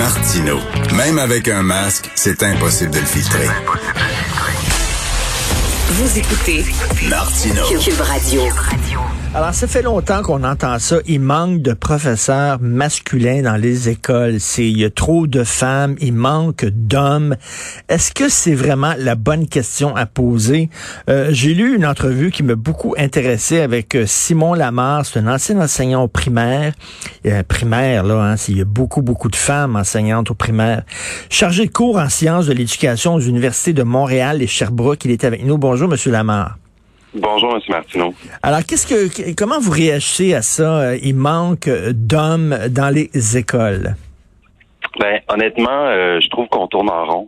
Martineau. Même avec un masque, c'est impossible de le filtrer. Vous écoutez Martineau. Cube Radio. Alors, ça fait longtemps qu'on entend ça. Il manque de professeurs masculins dans les écoles. Il y a trop de femmes. Il manque d'hommes. Est-ce que c'est vraiment la bonne question à poser? J'ai lu une entrevue qui m'a beaucoup intéressé avec Simon Lamarre. C'est un ancien enseignant au primaire. Primaire, là, hein, il y a beaucoup de femmes enseignantes au primaire. Chargé de cours en sciences de l'éducation aux universités de Montréal et Sherbrooke. Il est avec nous. Bonjour, Monsieur Lamarre. Bonjour, M. Martineau. Alors, comment vous réagissez à ça? Il manque d'hommes dans les écoles. Ben, honnêtement, je trouve qu'on tourne en rond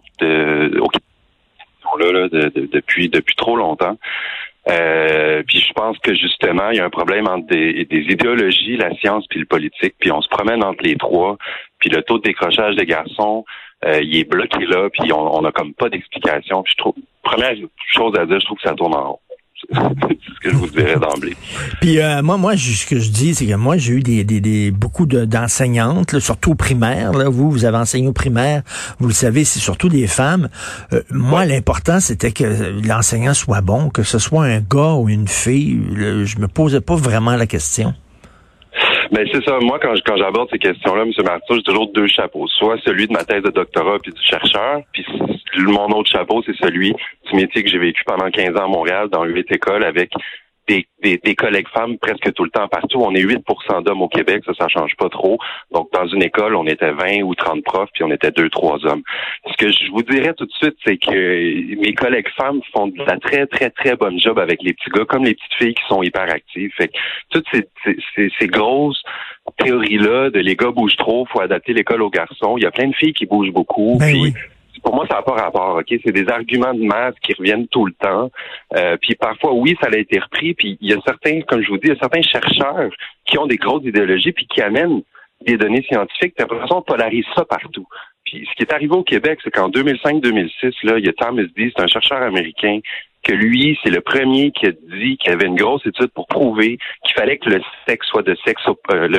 depuis trop longtemps. Puis je pense que justement, il y a un problème entre des idéologies, la science puis le politique, puis on se promène entre les trois, puis le taux de décrochage des garçons, il est bloqué là, puis on a comme pas d'explication. Puis je trouve, première chose à dire, je trouve que ça tourne en rond. C'est ce que je vous dirais d'emblée. Puis moi, ce que je dis, c'est que moi, j'ai eu beaucoup d'enseignantes, là, surtout au primaire. Là, vous avez enseigné au primaire, vous le savez, c'est surtout des femmes. Moi, l'important, c'était que l'enseignant soit bon, que ce soit un gars ou une fille. Je me posais pas vraiment la question. Ben c'est ça. Moi, quand j'aborde ces questions-là, M. Martineau, j'ai toujours deux chapeaux. Soit celui de ma thèse de doctorat puis du chercheur, puis mon autre chapeau, c'est celui du métier que j'ai vécu pendant 15 ans à Montréal dans 8 écoles avec des collègues femmes presque tout le temps partout. On est 8% d'hommes au Québec, ça change pas trop. Donc, dans une école, on était 20 ou 30 profs, puis on était 2-3 hommes. Ce que je vous dirais tout de suite, c'est que mes collègues femmes font de la très, très, très bonne job avec les petits gars, comme les petites filles qui sont hyper actives. Fait que toutes ces grosses théories-là de les gars bougent trop, faut adapter l'école aux garçons. Il y a plein de filles qui bougent beaucoup. Ben puis oui. Pour moi, ça n'a pas rapport, OK? C'est des arguments de masse qui reviennent tout le temps. Puis parfois, oui, ça a été repris. Puis il y a certains, comme je vous dis, il y a certains chercheurs qui ont des grosses idéologies puis qui amènent des données scientifiques. Puis après ça, on polarise ça partout. Puis ce qui est arrivé au Québec, c'est qu'en 2005-2006, là, il y a Thomas Dee, c'est un chercheur américain, que lui, c'est le premier qui a dit qu'il y avait une grosse étude pour prouver qu'il fallait que le sexe soit de sexe le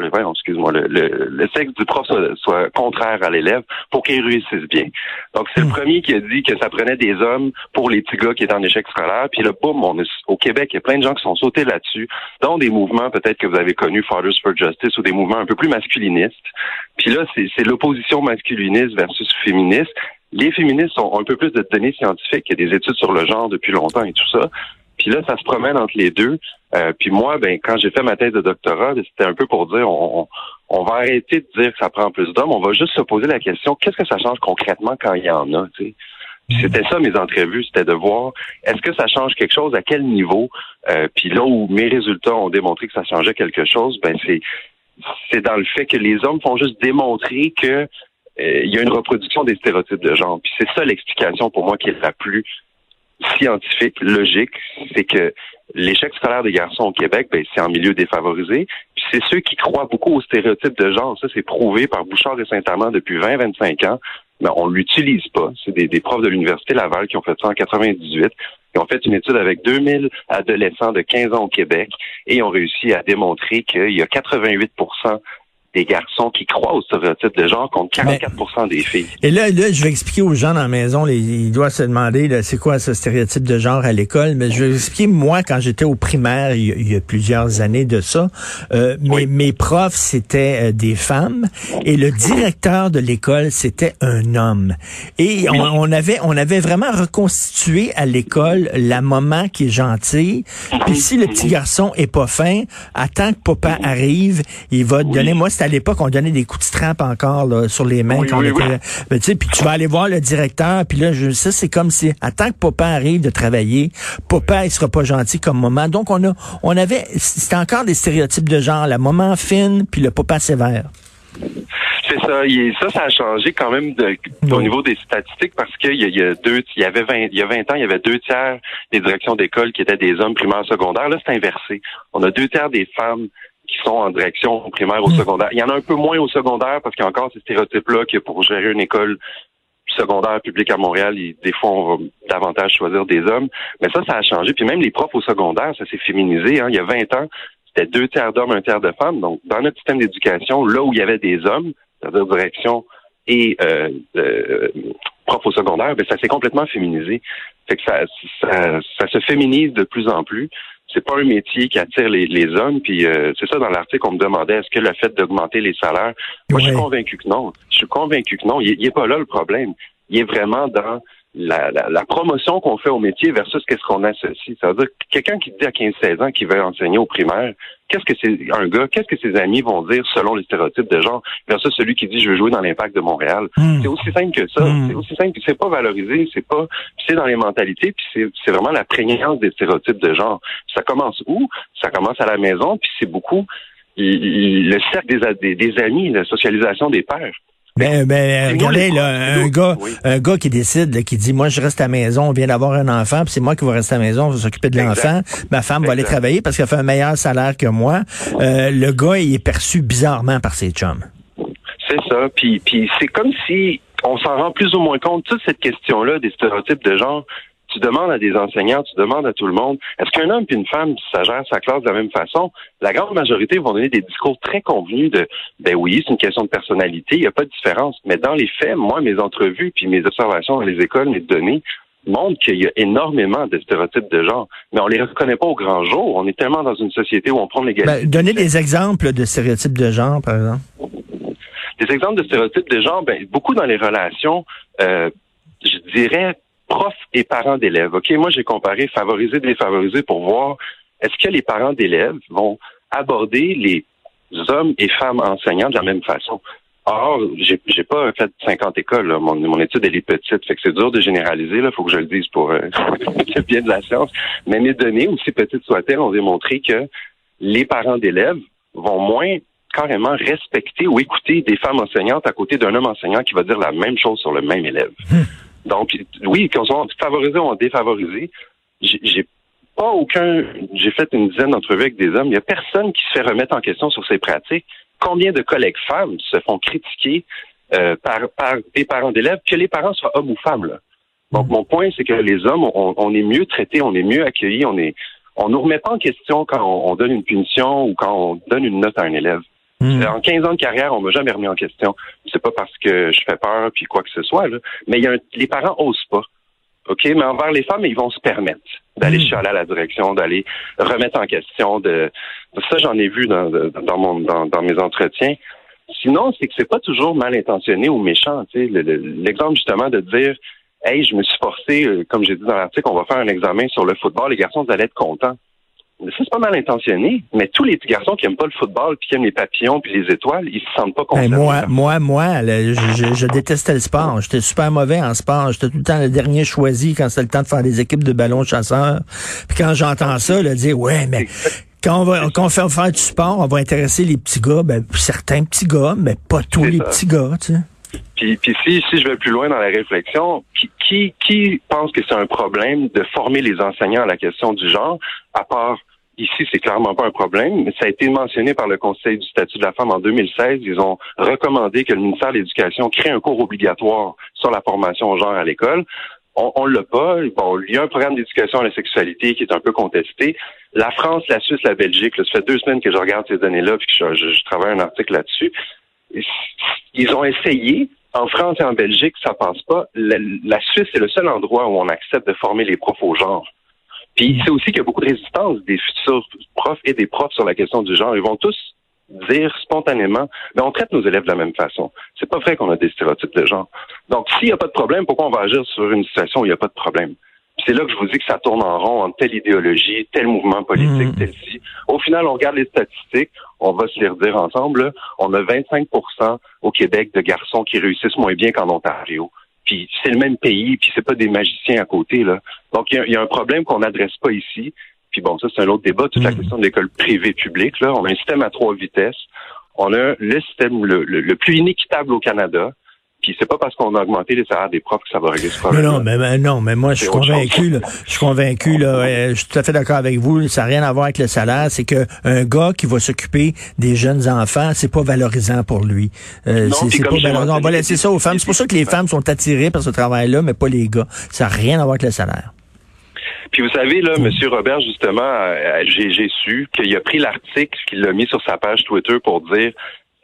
sexe du prof soit contraire à l'élève pour qu'il réussisse bien. Donc c'est le premier qui a dit que ça prenait des hommes pour les petits gars qui étaient en échec scolaire. Puis là, boum, au Québec, il y a plein de gens qui sont sautés là-dessus, dont des mouvements peut-être que vous avez connus, Fathers for Justice, ou des mouvements un peu plus masculinistes. Puis là, c'est l'opposition masculiniste versus féministe. Les féministes ont un peu plus de données scientifiques, il y a des études sur le genre depuis longtemps et tout ça. Puis là, ça se promène entre les deux. Puis moi, quand j'ai fait ma thèse de doctorat, c'était un peu pour dire on va arrêter de dire que ça prend plus d'hommes, on va juste se poser la question, qu'est-ce que ça change concrètement quand il y en a, tu sais? Puis c'était ça mes entrevues, c'était de voir est-ce que ça change quelque chose, à quel niveau. Puis là où mes résultats ont démontré que ça changeait quelque chose, c'est dans le fait que les hommes font juste démontrer que il y a une reproduction des stéréotypes de genre. Puis c'est ça l'explication pour moi qui est la plus scientifique, logique, c'est que l'échec scolaire des garçons au Québec, c'est en milieu défavorisé. Puis c'est ceux qui croient beaucoup aux stéréotypes de genre. Ça, c'est prouvé par Bouchard et Saint-Amand depuis 20-25 ans. Mais on l'utilise pas. C'est des profs de l'Université Laval qui ont fait ça en 98. Ils ont fait une étude avec 2000 adolescents de 15 ans au Québec et ont réussi à démontrer qu'il y a 88% des garçons qui croient aux stéréotypes de genre contre 44% des filles. Et là, je vais expliquer aux gens dans la maison, ils doivent se demander, là, c'est quoi ce stéréotype de genre à l'école, mais je vais expliquer, moi, quand j'étais au primaire, il y a plusieurs années de ça, mes profs, c'était des femmes, et le directeur de l'école, c'était un homme. Et on avait vraiment reconstitué à l'école la maman qui est gentille, puis si le petit garçon est pas fin, attends que papa arrive, il va te donner, moi, c'était à l'époque, on donnait des coups de strap encore là, sur les mains quand on était. Ben, tu sais, puis tu vas aller voir le directeur, puis là, ça, c'est comme si, attends que papa arrive de travailler, papa, il sera pas gentil comme maman. Donc, on avait, c'était encore des stéréotypes de genre, la maman fine, puis le papa sévère. C'est ça. Ça a changé quand même au niveau des statistiques parce qu'il y a 20 ans, il y avait 2/3 des directions d'école qui étaient des hommes primaires secondaires. Là, c'est inversé. On a 2/3 des femmes qui sont en direction primaire au secondaire. Il y en a un peu moins au secondaire parce qu'il y a encore ces stéréotypes-là que pour gérer une école secondaire publique à Montréal, des fois, on va davantage choisir des hommes. Mais ça a changé. Puis même les profs au secondaire, ça s'est féminisé. Hein. Il y a 20 ans, c'était 2/3 d'hommes, 1/3 de femmes. Donc, dans notre système d'éducation, là où il y avait des hommes, c'est-à-dire direction et prof au secondaire, ben ça s'est complètement féminisé. Fait que ça se féminise de plus en plus. C'est pas un métier qui attire les hommes. Puis c'est ça, dans l'article, on me demandait est-ce que le fait d'augmenter les salaires. Moi, je suis convaincu que non. Il est pas là le problème. Il est vraiment dans la promotion qu'on fait au métier versus qu'est-ce qu'on associe. Ça veut dire que quelqu'un qui dit à 15-16 ans qu'il veut enseigner au primaire, qu'est-ce que ses amis vont dire selon les stéréotypes de genre versus celui qui dit je veux jouer dans l'Impact de Montréal. C'est aussi simple que ça. C'est aussi simple que c'est pas valorisé, c'est dans les mentalités, puis c'est vraiment la prégnance des stéréotypes de genre. Ça commence où? Ça commence à la maison, puis c'est beaucoup le cercle des amis, la socialisation des pères. Regardez, là, un gars qui décide, là, qui dit, moi, je reste à la maison, on vient d'avoir un enfant, puis c'est moi qui vais rester à la maison, je vais s'occuper de l'enfant. Ma femme va aller travailler parce qu'elle fait un meilleur salaire que moi. Le gars, il est perçu bizarrement par ses chums. C'est ça. Puis c'est comme si on s'en rend plus ou moins compte. Toute cette question-là des stéréotypes de genre, tu demandes à des enseignants, tu demandes à tout le monde, est-ce qu'un homme et une femme, ça gère sa classe de la même façon? La grande majorité vont donner des discours très convenus de, ben oui, c'est une question de personnalité, il n'y a pas de différence. Mais dans les faits, moi, mes entrevues puis mes observations dans les écoles, mes données, montrent qu'il y a énormément de stéréotypes de genre. Mais on les reconnaît pas au grand jour. On est tellement dans une société où on prend l'égalité. Donnez des exemples de stéréotypes de genre, par exemple. Des exemples de stéréotypes de genre, beaucoup dans les relations, je dirais, profs et parents d'élèves. OK, moi, j'ai comparé favoriser, défavoriser pour voir est-ce que les parents d'élèves vont aborder les hommes et femmes enseignants de la même façon. Or, j'ai pas fait 50 écoles, là. Mon étude, elle est petite, fait que c'est dur de généraliser, là, faut que je le dise pour le bien de la science. Mais mes données, aussi petites soient-elles, ont démontré que les parents d'élèves vont moins carrément respecter ou écouter des femmes enseignantes à côté d'un homme enseignant qui va dire la même chose sur le même élève. Donc, oui, qu'on soit favorisé ou défavorisé, j'ai fait une dizaine d'entrevues avec des hommes, il n'y a personne qui se fait remettre en question sur ses pratiques. Combien de collègues femmes se font critiquer par des parents d'élèves, que les parents soient hommes ou femmes, là. Donc, mon point, c'est que les hommes, on est mieux traités, on est mieux accueillis, on nous remet pas en question quand on donne une punition ou quand on donne une note à un élève. En 15 ans de carrière, on m'a jamais remis en question. C'est pas parce que je fais peur puis quoi que ce soit, là. Mais les parents osent pas. OK? Mais envers les femmes, ils vont se permettre d'aller chialer à la direction, d'aller remettre en question ça, j'en ai vu dans mes entretiens. Sinon, c'est que c'est pas toujours mal intentionné ou méchant, tu sais. L'exemple, justement, de dire, hey, je me suis forcé, comme j'ai dit dans l'article, on va faire un examen sur le football, les garçons, vous allez être contents. Ça, c'est pas mal intentionné, mais tous les petits garçons qui aiment pas le football, puis qui aiment les papillons, puis les étoiles, ils se sentent pas concernés. Je détestais le sport. J'étais super mauvais en sport. J'étais tout le temps le dernier choisi quand c'était le temps de faire des équipes de ballons chasseurs. Puis quand j'entends ça, dire, ouais, mais quand on fait faire du sport, on va intéresser les petits gars, certains petits gars, mais pas tous les petits gars, tu sais. Puis si je vais plus loin dans la réflexion, qui pense que c'est un problème de former les enseignants à la question du genre, à part ici, c'est clairement pas un problème, mais ça a été mentionné par le Conseil du statut de la femme en 2016. Ils ont recommandé que le ministère de l'Éducation crée un cours obligatoire sur la formation au genre à l'école. On l'a pas. Bon, il y a un programme d'éducation à la sexualité qui est un peu contesté. La France, la Suisse, la Belgique, là, ça fait 2 semaines que je regarde ces données-là puis que je travaille un article là-dessus. Ils ont essayé. En France et en Belgique, ça passe pas. La Suisse, c'est le seul endroit où on accepte de former les profs au genre. Puis c'est aussi qu'il y a beaucoup de résistance des futurs profs et des profs sur la question du genre. Ils vont tous dire spontanément, mais on traite nos élèves de la même façon. C'est pas vrai qu'on a des stéréotypes de genre. Donc, s'il n'y a pas de problème, pourquoi on va agir sur une situation où il n'y a pas de problème? Puis c'est là que je vous dis que ça tourne en rond entre telle idéologie, tel mouvement politique, tel ci. Au final, on regarde les statistiques, on va se les redire ensemble, là. On a 25% au Québec de garçons qui réussissent moins bien qu'en Ontario. Puis c'est le même pays, puis c'est pas des magiciens à côté, là. Donc, il y a un problème qu'on n'adresse pas ici. Puis bon, ça, c'est un autre débat, toute la question de l'école privée-publique, là. On a un système à 3 vitesses. On a le système le plus inéquitable au Canada. Puis c'est pas parce qu'on a augmenté les salaires des profs que ça va régler ce problème. Mais moi, je suis convaincu, je suis tout à fait d'accord avec vous. Ça n'a rien à voir avec le salaire. C'est que un gars qui va s'occuper des jeunes enfants, c'est pas valorisant pour lui. C'est pas valorisant. On va laisser ça aux femmes. C'est pour ça que les femmes sont attirées par ce travail-là, mais pas les gars. Ça n'a rien à voir avec le salaire. Puis vous savez, là, M. Robert, justement, j'ai su qu'il a pris l'article, qu'il l'a mis sur sa page Twitter pour dire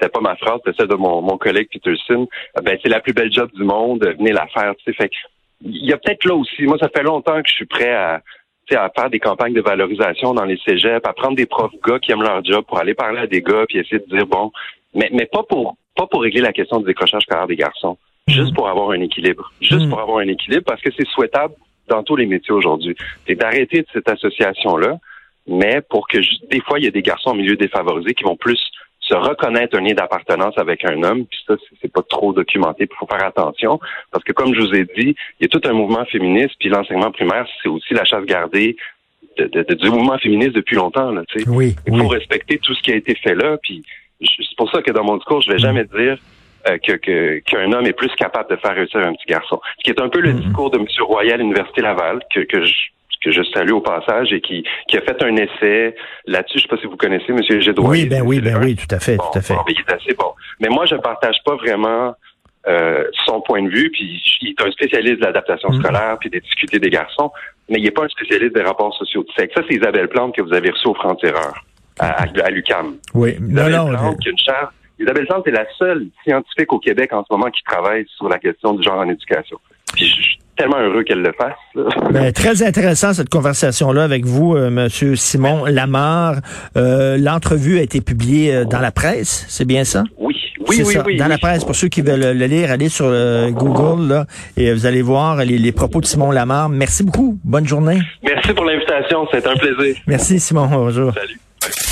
c'était pas ma phrase, c'était celle de mon collègue Peterson. Ben, c'est la plus belle job du monde, venez la faire, tu sais. Fait il y a peut-être là aussi, moi, ça fait longtemps que je suis prêt à faire des campagnes de valorisation dans les cégeps, à prendre des profs gars qui aiment leur job pour aller parler à des gars puis essayer de dire, bon, mais pas pour régler la question du décrochage scolaire des garçons, juste pour avoir un équilibre. Juste pour avoir un équilibre, parce que c'est souhaitable dans tous les métiers aujourd'hui. C'est d'arrêter de cette association-là, mais pour que, des fois, il y a des garçons en milieu défavorisé qui vont plus se reconnaître un lien d'appartenance avec un homme, puis ça, c'est pas trop documenté, il faut faire attention, parce que comme je vous ai dit, il y a tout un mouvement féministe, puis l'enseignement primaire, c'est aussi la chasse gardée du mouvement féministe depuis longtemps, là, tu sais. Oui, il faut respecter tout ce qui a été fait là, puis c'est pour ça que dans mon discours, je vais jamais dire qu'un homme est plus capable de faire réussir un petit garçon. Ce qui est un peu le discours de M. Royal, Université Laval, que je salue au passage et qui a fait un essai là-dessus. Je sais pas si vous connaissez M. Gédroyer. Oui, tout à fait, tout à fait. Bon, il est assez bon. Mais moi, je partage pas vraiment son point de vue, puis il est un spécialiste de l'adaptation scolaire puis des difficultés des garçons, mais il n'est pas un spécialiste des rapports sociaux de sexe. Ça, c'est Isabelle Plante que vous avez reçue au Franc-Tireur à l'UQAM. Oui, Isabelle Plante, qui a une chaire. Isabelle Plante est la seule scientifique au Québec en ce moment qui travaille sur la question du genre en éducation. Puis je suis tellement heureux qu'elle le fasse. Ben, très intéressant cette conversation-là avec vous, Monsieur Simon Lamar. L'entrevue a été publiée dans la presse, c'est bien ça? Oui. Dans la presse, pour ceux qui veulent le lire, allez sur Google là, et vous allez voir les propos de Simon Lamar. Merci beaucoup. Bonne journée. Merci pour l'invitation. C'est un plaisir. Merci, Simon. Bonjour. Salut.